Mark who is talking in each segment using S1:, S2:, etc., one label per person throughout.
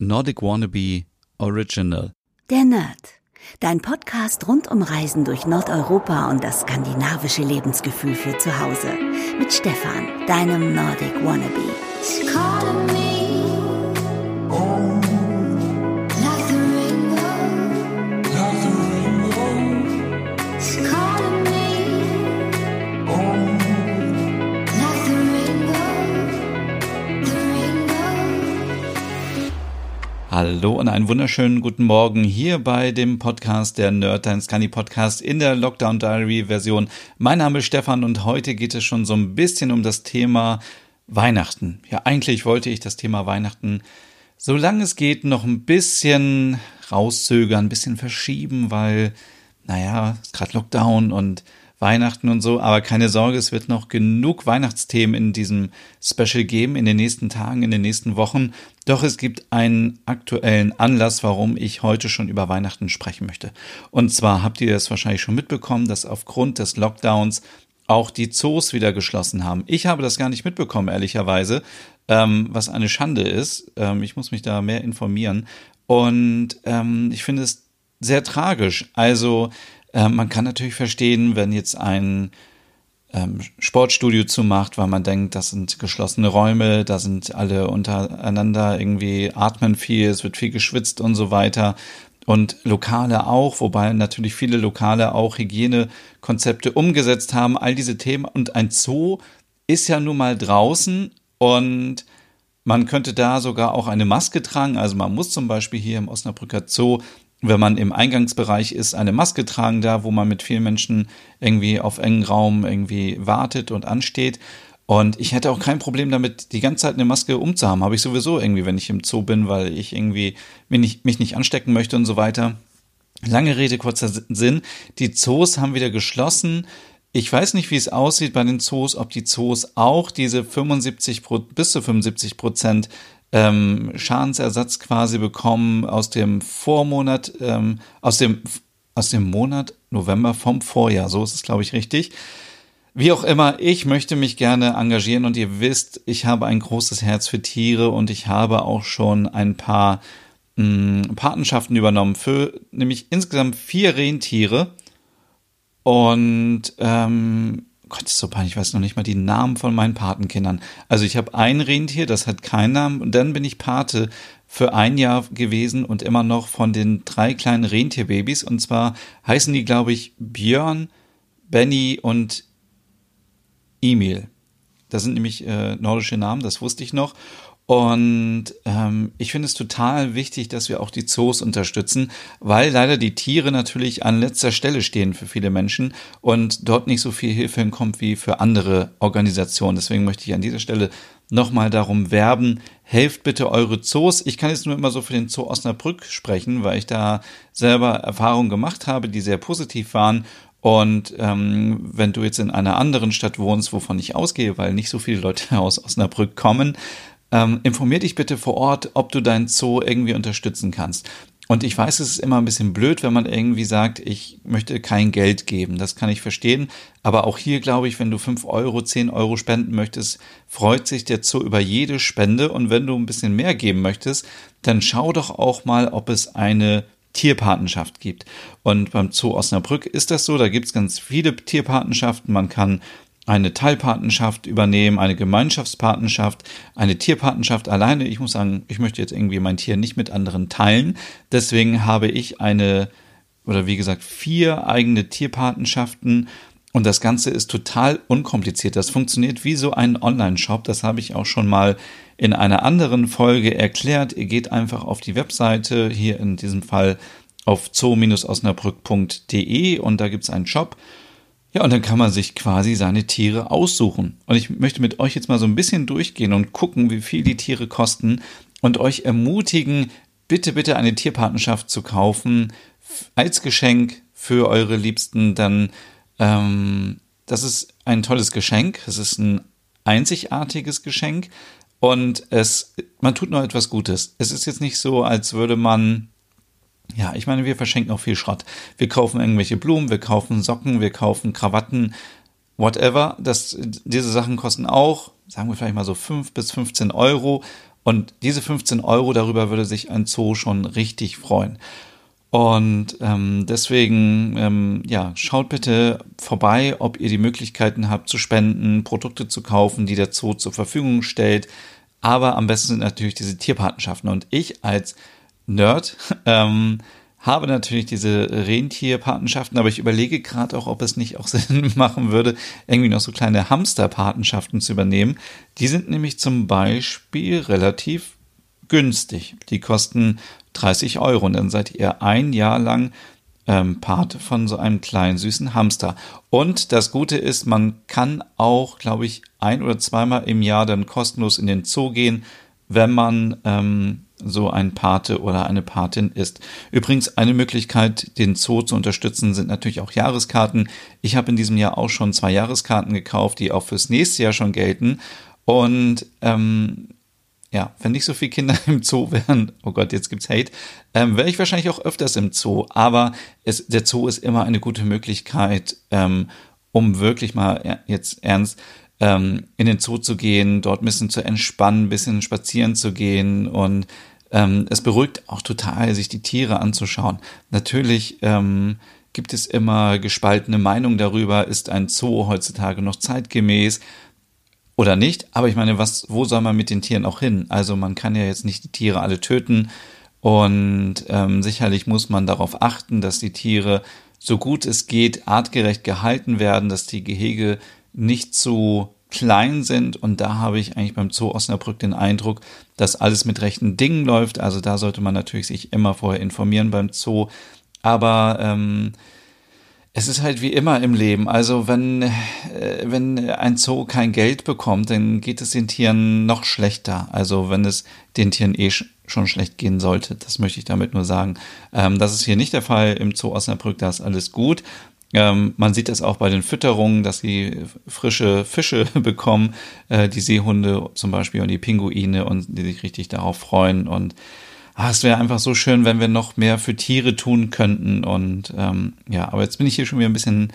S1: Nordic Wannabe Original.
S2: Der Nerd. Dein Podcast rund um Reisen durch Nordeuropa und das skandinavische Lebensgefühl für zu Hause. Mit Stefan, deinem Nordic Wannabe.
S1: Hallo und einen wunderschönen guten Morgen hier bei dem Podcast der Nerd, dein Scandi-Podcast in der Lockdown Diary-Version. Mein Name ist Stefan und heute geht es schon so ein bisschen um das Thema Weihnachten. Ja, eigentlich wollte ich das Thema Weihnachten, solange es geht, noch ein bisschen rauszögern, ein bisschen verschieben, weil, es ist gerade Lockdown und Weihnachten und so, aber keine Sorge, es wird noch genug Weihnachtsthemen in diesem Special geben, in den nächsten Tagen, in den nächsten Wochen. Doch es gibt einen aktuellen Anlass, warum ich heute schon über Weihnachten sprechen möchte. Und zwar habt ihr das wahrscheinlich schon mitbekommen, dass aufgrund des Lockdowns auch die Zoos wieder geschlossen haben. Ich habe das gar nicht mitbekommen, ehrlicherweise, was eine Schande ist. Ich muss mich da mehr informieren. Und ich finde es sehr tragisch. Also man kann natürlich verstehen, wenn jetzt ein Sportstudio zumacht, weil man denkt, das sind geschlossene Räume, da sind alle untereinander, irgendwie atmen viel, es wird viel geschwitzt und so weiter. Und Lokale auch, wobei natürlich viele Lokale auch Hygienekonzepte umgesetzt haben, all diese Themen. Und ein Zoo ist ja nun mal draußen und man könnte da sogar auch eine Maske tragen. Also man muss zum Beispiel hier im Osnabrücker Zoo, wenn man im Eingangsbereich ist, eine Maske tragen da, wo man mit vielen Menschen irgendwie auf engen Raum irgendwie wartet und ansteht. Und ich hätte auch kein Problem damit, die ganze Zeit eine Maske umzuhaben. Habe ich sowieso irgendwie, wenn ich im Zoo bin, weil ich irgendwie mich nicht anstecken möchte und so weiter. Lange Rede, kurzer Sinn. Die Zoos haben wieder geschlossen. Ich weiß nicht, wie es aussieht bei den Zoos, ob die Zoos auch diese bis zu 75% Schadensersatz quasi bekommen aus dem Vormonat, aus dem Monat November vom Vorjahr. So ist es, glaube ich, richtig. Wie auch immer, ich möchte mich gerne engagieren und ihr wisst, ich habe ein großes Herz für Tiere und ich habe auch schon ein paar Patenschaften übernommen für nämlich insgesamt 4 Rentiere und Gott, ist so peinlich, ich weiß noch nicht mal die Namen von meinen Patenkindern. Also ich habe ein Rentier, das hat keinen Namen und dann bin ich Pate für 1 Jahr gewesen und immer noch von den 3 kleinen Rentierbabys und zwar heißen die, glaube ich, Björn, Benny und Emil. Das sind nämlich nordische Namen, das wusste ich noch. Und ich finde es total wichtig, dass wir auch die Zoos unterstützen, weil leider die Tiere natürlich an letzter Stelle stehen für viele Menschen und dort nicht so viel Hilfe hinkommt wie für andere Organisationen. Deswegen möchte ich an dieser Stelle nochmal darum werben, helft bitte eure Zoos. Ich kann jetzt nur immer so für den Zoo Osnabrück sprechen, weil ich da selber Erfahrungen gemacht habe, die sehr positiv waren. Und wenn du jetzt in einer anderen Stadt wohnst, wovon ich ausgehe, weil nicht so viele Leute aus Osnabrück kommen, informier dich bitte vor Ort, ob du deinen Zoo irgendwie unterstützen kannst. Und ich weiß, es ist immer ein bisschen blöd, wenn man irgendwie sagt, ich möchte kein Geld geben. Das kann ich verstehen. Aber auch hier glaube ich, wenn du 5 Euro, 10 Euro spenden möchtest, freut sich der Zoo über jede Spende. Und wenn du ein bisschen mehr geben möchtest, dann schau doch auch mal, ob es eine Tierpatenschaft gibt. Und beim Zoo Osnabrück ist das so, da gibt es ganz viele Tierpatenschaften. Man kann eine Teilpatenschaft übernehmen, eine Gemeinschaftspatenschaft, eine Tierpatenschaft alleine. Ich muss sagen, ich möchte jetzt irgendwie mein Tier nicht mit anderen teilen. Deswegen habe ich 4 eigene Tierpatenschaften und das Ganze ist total unkompliziert. Das funktioniert wie so ein Online-Shop. Das habe ich auch schon mal in einer anderen Folge erklärt. Ihr geht einfach auf die Webseite, hier in diesem Fall auf zoo-osnabrück.de und da gibt es einen Shop. Ja, und dann kann man sich quasi seine Tiere aussuchen. Und ich möchte mit euch jetzt mal so ein bisschen durchgehen und gucken, wie viel die Tiere kosten und euch ermutigen, bitte eine Tierpatenschaft zu kaufen als Geschenk für eure Liebsten. Dann, das ist ein tolles Geschenk. Es ist ein einzigartiges Geschenk und man tut noch etwas Gutes. Es ist jetzt nicht so, als würde man Ja, ich meine, wir verschenken auch viel Schrott. Wir kaufen irgendwelche Blumen, wir kaufen Socken, wir kaufen Krawatten, whatever. Diese Sachen kosten auch, sagen wir vielleicht mal so 5 bis 15 Euro. Und diese 15 Euro, darüber würde sich ein Zoo schon richtig freuen. Und deswegen, schaut bitte vorbei, ob ihr die Möglichkeiten habt zu spenden, Produkte zu kaufen, die der Zoo zur Verfügung stellt. Aber am besten sind natürlich diese Tierpatenschaften. Und ich als Nerd habe natürlich diese Rentierpatenschaften, aber ich überlege gerade auch, ob es nicht auch Sinn machen würde, irgendwie noch so kleine Hamsterpatenschaften zu übernehmen. Die sind nämlich zum Beispiel relativ günstig. Die kosten 30 Euro und dann seid ihr ein Jahr lang Pate von so einem kleinen süßen Hamster. Und das Gute ist, man kann auch, glaube ich, 1- oder zweimal im Jahr dann kostenlos in den Zoo gehen, wenn man so ein Pate oder eine Patin ist. Übrigens, eine Möglichkeit, den Zoo zu unterstützen, sind natürlich auch Jahreskarten. Ich habe in diesem Jahr auch schon 2 Jahreskarten gekauft, die auch fürs nächste Jahr schon gelten. Und wenn nicht so viele Kinder im Zoo wären, oh Gott, jetzt gibt's Hate, wäre ich wahrscheinlich auch öfters im Zoo. Aber der Zoo ist immer eine gute Möglichkeit, um wirklich mal jetzt ernst in den Zoo zu gehen, dort ein bisschen zu entspannen, ein bisschen spazieren zu gehen. Und es beruhigt auch total, sich die Tiere anzuschauen. Natürlich gibt es immer gespaltene Meinungen darüber, ist ein Zoo heutzutage noch zeitgemäß oder nicht, aber ich meine, wo soll man mit den Tieren auch hin? Also man kann ja jetzt nicht die Tiere alle töten und sicherlich muss man darauf achten, dass die Tiere so gut es geht artgerecht gehalten werden, dass die Gehege nicht zu klein sind und da habe ich eigentlich beim Zoo Osnabrück den Eindruck, dass alles mit rechten Dingen läuft, also da sollte man natürlich sich immer vorher informieren beim Zoo, aber es ist halt wie immer im Leben. Also wenn ein Zoo kein Geld bekommt, dann geht es den Tieren noch schlechter. Also wenn es den Tieren schon schlecht gehen sollte. Das möchte ich damit nur sagen. Das ist hier nicht der Fall im Zoo Osnabrück. Da ist alles gut. Man sieht das auch bei den Fütterungen, dass sie frische Fische bekommen. Die Seehunde zum Beispiel und die Pinguine und die sich richtig darauf freuen und es wäre einfach so schön, wenn wir noch mehr für Tiere tun könnten. Und aber jetzt bin ich hier schon wieder ein bisschen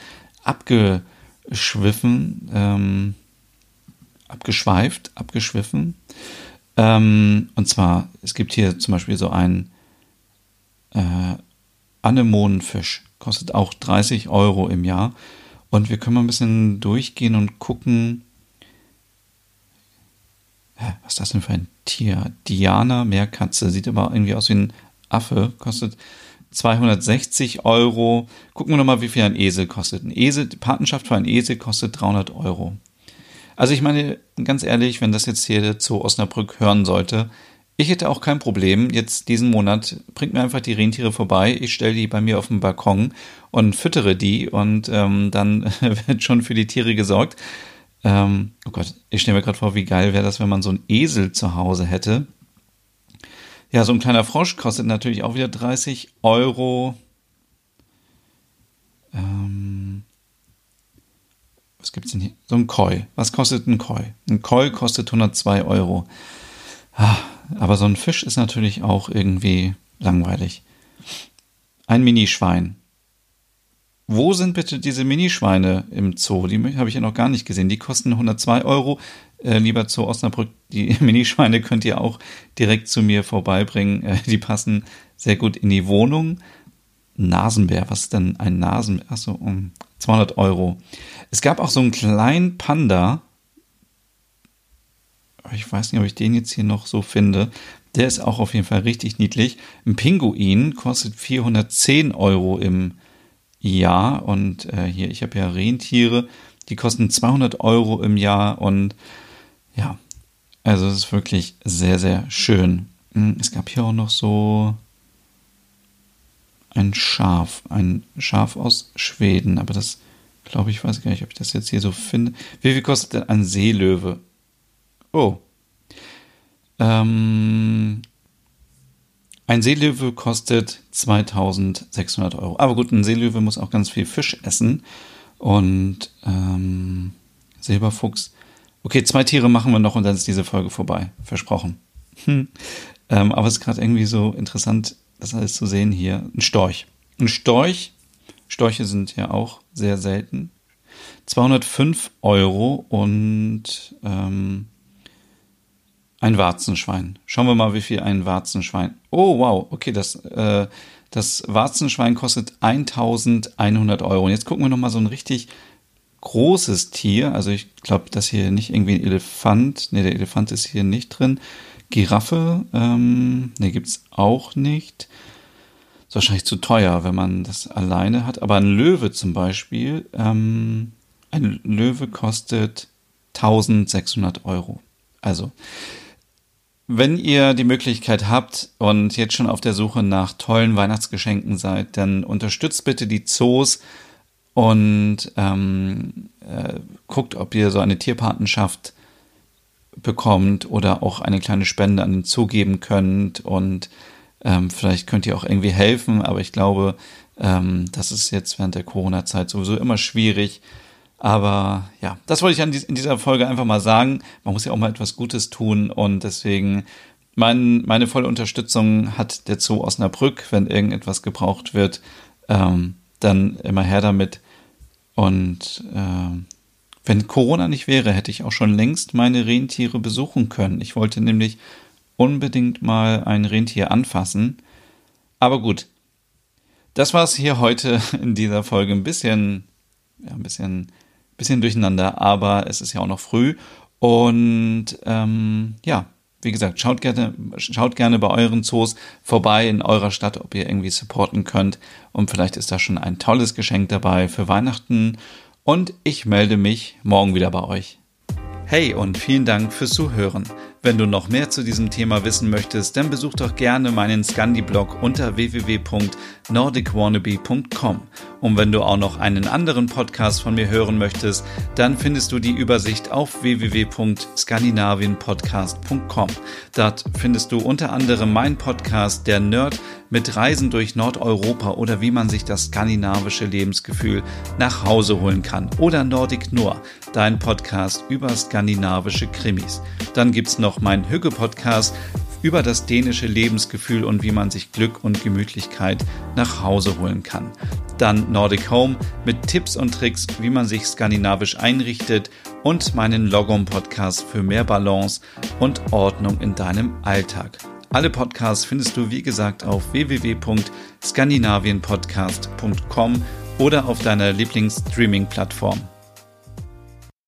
S1: abgeschwiffen. Und zwar, es gibt hier zum Beispiel so einen Anemonenfisch. Kostet auch 30 Euro im Jahr. Und wir können mal ein bisschen durchgehen und gucken, was ist das denn für ein Tier? Diana, Meerkatze, sieht aber irgendwie aus wie ein Affe, kostet 260 Euro. Gucken wir nochmal, wie viel ein Esel kostet. Die Patenschaft für einen Esel kostet 300 Euro. Also ich meine, ganz ehrlich, wenn das jetzt hier der Zoo Osnabrück hören sollte, ich hätte auch kein Problem, jetzt diesen Monat, bringt mir einfach die Rentiere vorbei, ich stelle die bei mir auf den Balkon und füttere die und dann wird schon für die Tiere gesorgt. Oh Gott, ich stelle mir gerade vor, wie geil wäre das, wenn man so einen Esel zu Hause hätte. Ja, so ein kleiner Frosch kostet natürlich auch wieder 30 Euro. Was gibt's denn hier? So ein Koi. Was kostet ein Koi? Ein Koi kostet 102 Euro. Aber so ein Fisch ist natürlich auch irgendwie langweilig. Ein Minischwein. Wo sind bitte diese Minischweine im Zoo? Die habe ich ja noch gar nicht gesehen. Die kosten 102 Euro. Lieber Zoo Osnabrück, die Minischweine könnt ihr auch direkt zu mir vorbeibringen. Die passen sehr gut in die Wohnung. Nasenbär, was ist denn ein Nasenbär? Achso, um 200 Euro. Es gab auch so einen kleinen Panda. Ich weiß nicht, ob ich den jetzt hier noch so finde. Der ist auch auf jeden Fall richtig niedlich. Ein Pinguin kostet 410 Euro im Jahr. Und hier, ich habe ja Rentiere, die kosten 200 Euro im Jahr. Und ja, also es ist wirklich sehr, sehr schön. Es gab hier auch noch so ein Schaf aus Schweden. Aber das, glaube ich, weiß gar nicht, ob ich das jetzt hier so finde. Wie viel kostet denn ein Seelöwe? Oh. Ein Seelöwe kostet 2.600 Euro. Aber gut, ein Seelöwe muss auch ganz viel Fisch essen. Und Silberfuchs. Okay, 2 Tiere machen wir noch und dann ist diese Folge vorbei. Versprochen. Aber es ist gerade irgendwie so interessant, das alles zu sehen hier. Ein Storch. Storche sind ja auch sehr selten. 205 Euro und Ein Warzenschwein. Schauen wir mal, wie viel ein Warzenschwein. Oh, wow. Okay, das Warzenschwein kostet 1.100 Euro. Und jetzt gucken wir nochmal so ein richtig großes Tier. Also ich glaube, das hier nicht irgendwie ein Elefant. Ne, der Elefant ist hier nicht drin. Giraffe, ne, gibt's auch nicht. Ist wahrscheinlich zu teuer, wenn man das alleine hat. Aber ein Löwe zum Beispiel, ein Löwe kostet 1.600 Euro. Also, wenn ihr die Möglichkeit habt und jetzt schon auf der Suche nach tollen Weihnachtsgeschenken seid, dann unterstützt bitte die Zoos und guckt, ob ihr so eine Tierpatenschaft bekommt oder auch eine kleine Spende an den Zoo geben könnt und vielleicht könnt ihr auch irgendwie helfen, aber ich glaube, das ist jetzt während der Corona-Zeit sowieso immer schwierig. Aber ja, das wollte ich in dieser Folge einfach mal sagen. Man muss ja auch mal etwas Gutes tun und deswegen meine volle Unterstützung hat der Zoo Osnabrück. Wenn irgendetwas gebraucht wird, dann immer her damit. Und wenn Corona nicht wäre, hätte ich auch schon längst meine Rentiere besuchen können. Ich wollte nämlich unbedingt mal ein Rentier anfassen. Aber gut, das war es hier heute in dieser Folge. Ein bisschen durcheinander, aber es ist ja auch noch früh. Und wie gesagt, schaut gerne bei euren Zoos vorbei in eurer Stadt, ob ihr irgendwie supporten könnt. Und vielleicht ist da schon ein tolles Geschenk dabei für Weihnachten. Und ich melde mich morgen wieder bei euch. Hey und vielen Dank fürs Zuhören. Wenn du noch mehr zu diesem Thema wissen möchtest, dann besuch doch gerne meinen Scandi-Blog unter www.nordicwannabe.com. Und wenn du auch noch einen anderen Podcast von mir hören möchtest, dann findest du die Übersicht auf www.skandinavienpodcast.com. Dort findest du unter anderem meinen Podcast Der Nerd mit Reisen durch Nordeuropa oder wie man sich das skandinavische Lebensgefühl nach Hause holen kann. Oder Nordic Noir, dein Podcast über skandinavische Krimis. Dann gibt's noch meinen Hügge-Podcast über das dänische Lebensgefühl und wie man sich Glück und Gemütlichkeit nach Hause holen kann. Dann Nordic Home mit Tipps und Tricks, wie man sich skandinavisch einrichtet und meinen Logom-Podcast für mehr Balance und Ordnung in deinem Alltag. Alle Podcasts findest du, wie gesagt, auf www.skandinavienpodcast.com oder auf deiner Lieblings-Streaming-Plattform.